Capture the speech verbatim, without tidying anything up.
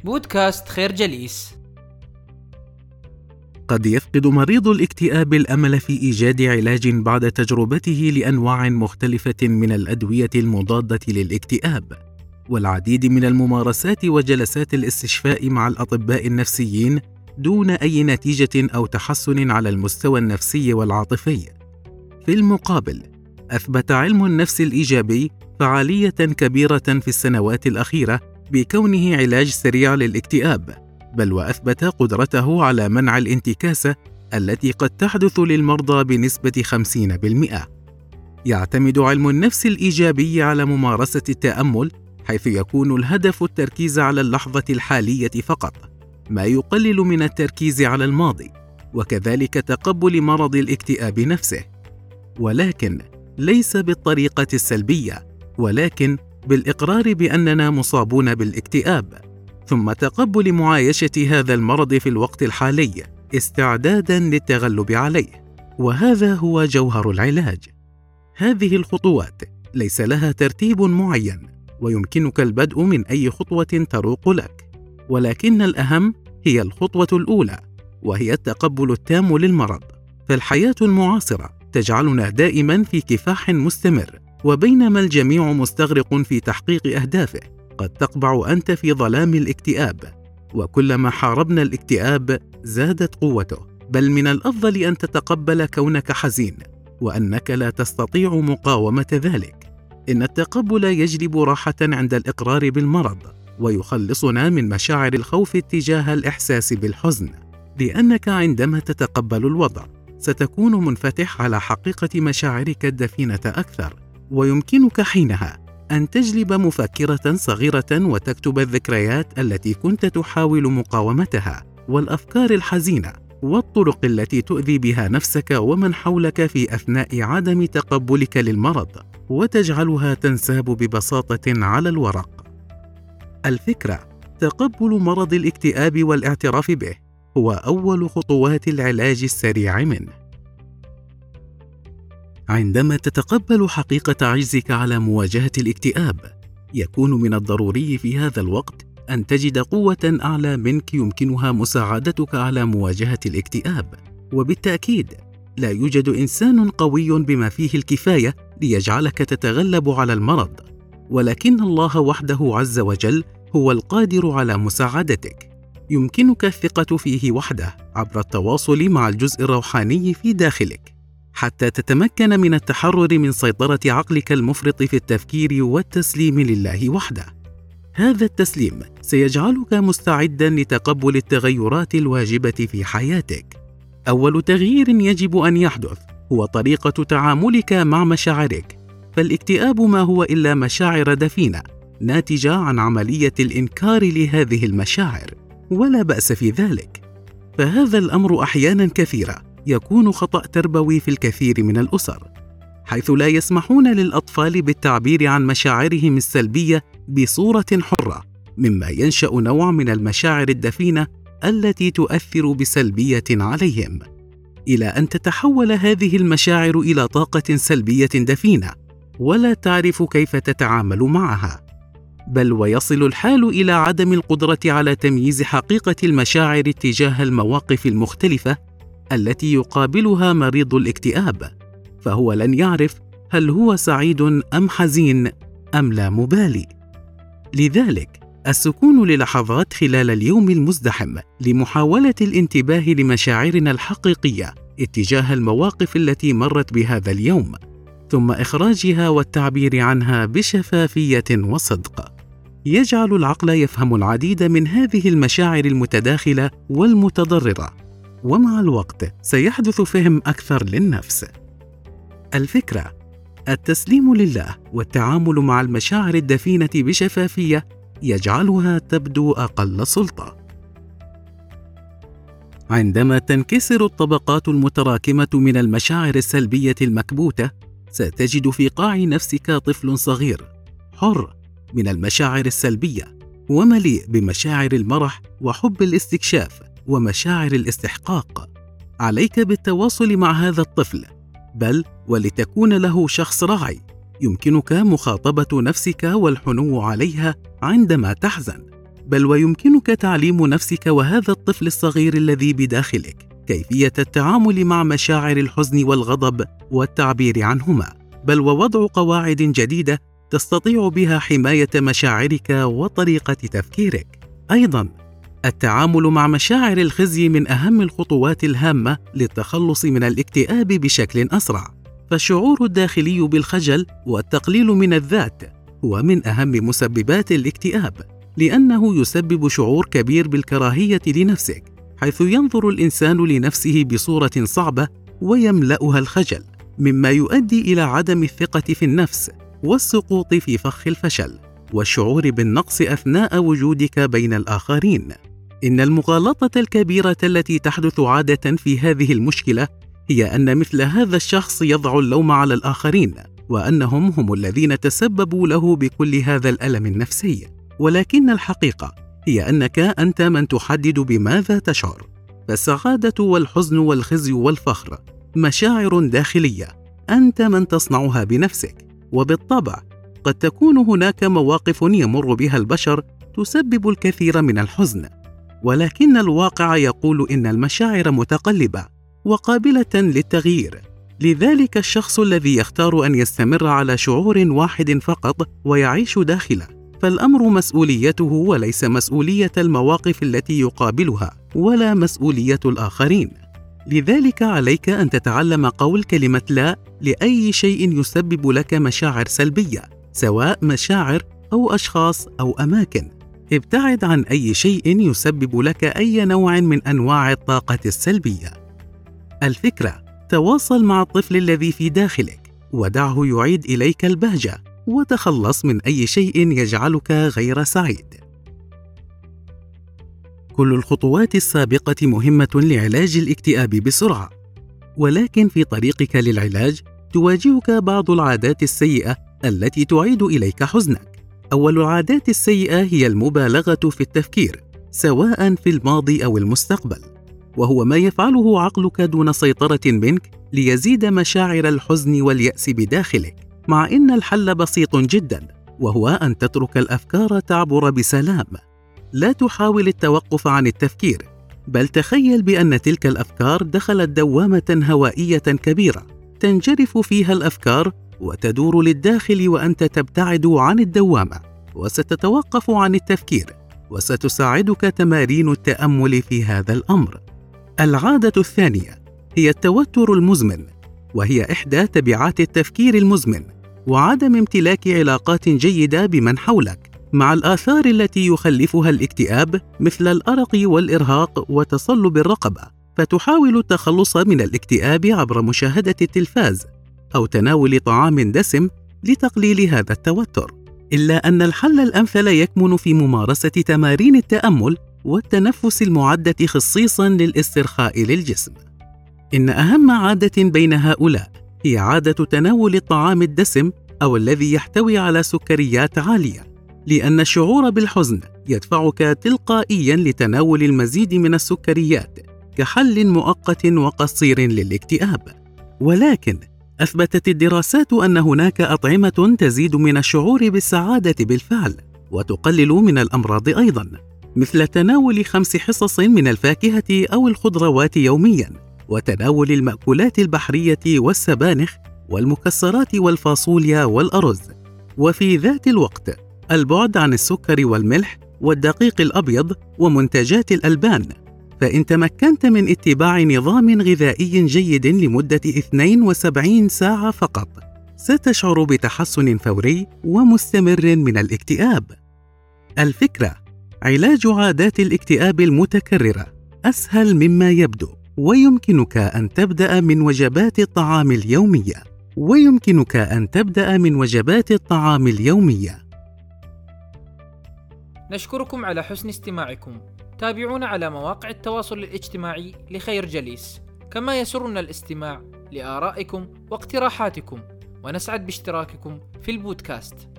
بودكاست خير جليس. قد يفقد مريض الاكتئاب الأمل في إيجاد علاج بعد تجربته لأنواع مختلفة من الأدوية المضادة للاكتئاب والعديد من الممارسات وجلسات الاستشفاء مع الأطباء النفسيين دون أي نتيجة أو تحسن على المستوى النفسي والعاطفي. في المقابل، أثبت علم النفس الإيجابي فعالية كبيرة في السنوات الأخيرة بكونه علاج سريع للاكتئاب، بل وأثبت قدرته على منع الانتكاسة التي قد تحدث للمرضى بنسبة خمسين بالمئة. يعتمد علم النفس الإيجابي على ممارسة التأمل، حيث يكون الهدف التركيز على اللحظة الحالية فقط، ما يقلل من التركيز على الماضي، وكذلك تقبل مرض الاكتئاب نفسه، ولكن ليس بالطريقة السلبية، ولكن بالإقرار بأننا مصابون بالاكتئاب، ثم تقبل معايشة هذا المرض في الوقت الحالي استعداداً للتغلب عليه. وهذا هو جوهر العلاج. هذه الخطوات ليس لها ترتيب معين، ويمكنك البدء من أي خطوة تروق لك، ولكن الأهم هي الخطوة الأولى، وهي التقبل التام للمرض. فالحياة المعاصرة تجعلنا دائماً في كفاح مستمر، وبينما الجميع مستغرق في تحقيق أهدافه، قد تقبع أنت في ظلام الاكتئاب، وكلما حاربنا الاكتئاب زادت قوته. بل من الأفضل أن تتقبل كونك حزين، وأنك لا تستطيع مقاومة ذلك. إن التقبل يجلب راحة عند الإقرار بالمرض، ويخلصنا من مشاعر الخوف تجاه الإحساس بالحزن، لأنك عندما تتقبل الوضع ستكون منفتح على حقيقة مشاعرك الدفينة أكثر، ويمكنك حينها أن تجلب مفكرة صغيرة وتكتب الذكريات التي كنت تحاول مقاومتها، والأفكار الحزينة، والطرق التي تؤذي بها نفسك ومن حولك في أثناء عدم تقبلك للمرض، وتجعلها تنساب ببساطة على الورق. الفكرة: تقبل مرض الاكتئاب والاعتراف به هو أول خطوات العلاج السريع منه. عندما تتقبل حقيقة عجزك على مواجهة الاكتئاب، يكون من الضروري في هذا الوقت أن تجد قوة أعلى منك يمكنها مساعدتك على مواجهة الاكتئاب. وبالتأكيد لا يوجد إنسان قوي بما فيه الكفاية ليجعلك تتغلب على المرض، ولكن الله وحده عز وجل هو القادر على مساعدتك. يمكنك الثقة فيه وحده عبر التواصل مع الجزء الروحاني في داخلك، حتى تتمكن من التحرر من سيطرة عقلك المفرط في التفكير والتسليم لله وحده. هذا التسليم سيجعلك مستعداً لتقبل التغيرات الواجبة في حياتك. أول تغيير يجب أن يحدث هو طريقة تعاملك مع مشاعرك، فالاكتئاب ما هو إلا مشاعر دفينة ناتجة عن عملية الإنكار لهذه المشاعر، ولا بأس في ذلك. فهذا الأمر أحياناً كثيرة يكون خطأ تربوي في الكثير من الأسر، حيث لا يسمحون للأطفال بالتعبير عن مشاعرهم السلبية بصورة حرة، مما ينشأ نوع من المشاعر الدفينة التي تؤثر بسلبية عليهم، إلى أن تتحول هذه المشاعر إلى طاقة سلبية دفينة ولا تعرف كيف تتعامل معها، بل ويصل الحال إلى عدم القدرة على تمييز حقيقة المشاعر تجاه المواقف المختلفة التي يقابلها مريض الاكتئاب، فهو لن يعرف هل هو سعيد أم حزين أم لا مبالي. لذلك السكون للحظات خلال اليوم المزدحم لمحاولة الانتباه لمشاعرنا الحقيقية اتجاه المواقف التي مرت بهذا اليوم، ثم إخراجها والتعبير عنها بشفافية وصدق، يجعل العقل يفهم العديد من هذه المشاعر المتداخلة والمتضررة، ومع الوقت سيحدث فهم أكثر للنفس. الفكرة: التسليم لله والتعامل مع المشاعر الدفينة بشفافية يجعلها تبدو أقل سلطة. عندما تنكسر الطبقات المتراكمة من المشاعر السلبية المكبوتة، ستجد في قاع نفسك طفل صغير حر من المشاعر السلبية، ومليء بمشاعر المرح وحب الاستكشاف ومشاعر الاستحقاق. عليك بالتواصل مع هذا الطفل، بل ولتكون له شخص راعي يمكنك مخاطبة نفسك والحنو عليها عندما تحزن، بل ويمكنك تعليم نفسك وهذا الطفل الصغير الذي بداخلك كيفية التعامل مع مشاعر الحزن والغضب والتعبير عنهما، بل ووضع قواعد جديدة تستطيع بها حماية مشاعرك وطريقة تفكيرك. أيضاً، التعامل مع مشاعر الخزي من أهم الخطوات الهامة للتخلص من الاكتئاب بشكل أسرع، فالشعور الداخلي بالخجل والتقليل من الذات هو من أهم مسببات الاكتئاب، لأنه يسبب شعور كبير بالكراهية لنفسك، حيث ينظر الإنسان لنفسه بصورة صعبة ويملأها الخجل، مما يؤدي إلى عدم الثقة في النفس والسقوط في فخ الفشل والشعور بالنقص أثناء وجودك بين الآخرين. إن المغالطة الكبيرة التي تحدث عادة في هذه المشكلة هي أن مثل هذا الشخص يضع اللوم على الآخرين، وأنهم هم الذين تسببوا له بكل هذا الألم النفسي، ولكن الحقيقة هي أنك أنت من تحدد بماذا تشعر. فالسعادة والحزن والخزي والفخر مشاعر داخلية أنت من تصنعها بنفسك، وبالطبع قد تكون هناك مواقف يمر بها البشر تسبب الكثير من الحزن، ولكن الواقع يقول إن المشاعر متقلبة وقابلة للتغيير. لذلك الشخص الذي يختار أن يستمر على شعور واحد فقط ويعيش داخله، فالأمر مسؤوليته وليس مسؤولية المواقف التي يقابلها ولا مسؤولية الآخرين. لذلك عليك أن تتعلم قول كلمة لا لأي شيء يسبب لك مشاعر سلبية، سواء مشاعر أو أشخاص أو أماكن. ابتعد عن أي شيء يسبب لك أي نوع من أنواع الطاقة السلبية. الفكرة: تواصل مع الطفل الذي في داخلك ودعه يعيد إليك البهجة، وتخلص من أي شيء يجعلك غير سعيد. كل الخطوات السابقة مهمة لعلاج الاكتئاب بسرعة، ولكن في طريقك للعلاج تواجهك بعض العادات السيئة التي تعيد إليك حزنك. أول العادات السيئة هي المبالغة في التفكير، سواء في الماضي أو المستقبل، وهو ما يفعله عقلك دون سيطرة منك ليزيد مشاعر الحزن واليأس بداخلك، مع إن الحل بسيط جدا، وهو أن تترك الأفكار تعبر بسلام. لا تحاول التوقف عن التفكير، بل تخيل بأن تلك الأفكار دخلت دوامة هوائية كبيرة تنجرف فيها الأفكار وتدور للداخل، وأنت تبتعد عن الدوامة وستتوقف عن التفكير، وستساعدك تمارين التأمل في هذا الأمر. العادة الثانية هي التوتر المزمن، وهي إحدى تبعات التفكير المزمن وعدم امتلاك علاقات جيدة بمن حولك، مع الآثار التي يخلفها الاكتئاب مثل الأرق والإرهاق وتصلب الرقبة. فتحاول التخلص من الاكتئاب عبر مشاهدة التلفاز أو تناول طعام دسم لتقليل هذا التوتر، إلا أن الحل الأمثل يكمن في ممارسة تمارين التأمل والتنفس المعدة خصيصاً للاسترخاء للجسم. إن أهم عادة بين هؤلاء هي عادة تناول الطعام الدسم أو الذي يحتوي على سكريات عالية، لأن الشعور بالحزن يدفعك تلقائياً لتناول المزيد من السكريات كحل مؤقت وقصير للاكتئاب. ولكن أثبتت الدراسات أن هناك أطعمة تزيد من الشعور بالسعادة بالفعل وتقلل من الأمراض أيضاً، مثل تناول خمس حصص من الفاكهة أو الخضروات يومياً، وتناول المأكولات البحرية والسبانخ والمكسرات والفاصوليا والأرز. وفي ذات الوقت البعد عن السكر والملح والدقيق الأبيض ومنتجات الألبان. فإن تمكنت من اتباع نظام غذائي جيد لمدة اثنتين وسبعين ساعة فقط، ستشعر بتحسن فوري ومستمر من الاكتئاب. الفكرة: علاج عادات الاكتئاب المتكررة أسهل مما يبدو، ويمكنك أن تبدأ من وجبات الطعام اليومية. ويمكنك أن تبدأ من وجبات الطعام اليومية. نشكركم على حسن استماعكم. تابعونا على مواقع التواصل الاجتماعي لخير جليس، كما يسرنا الاستماع لآرائكم واقتراحاتكم، ونسعد باشتراككم في البودكاست.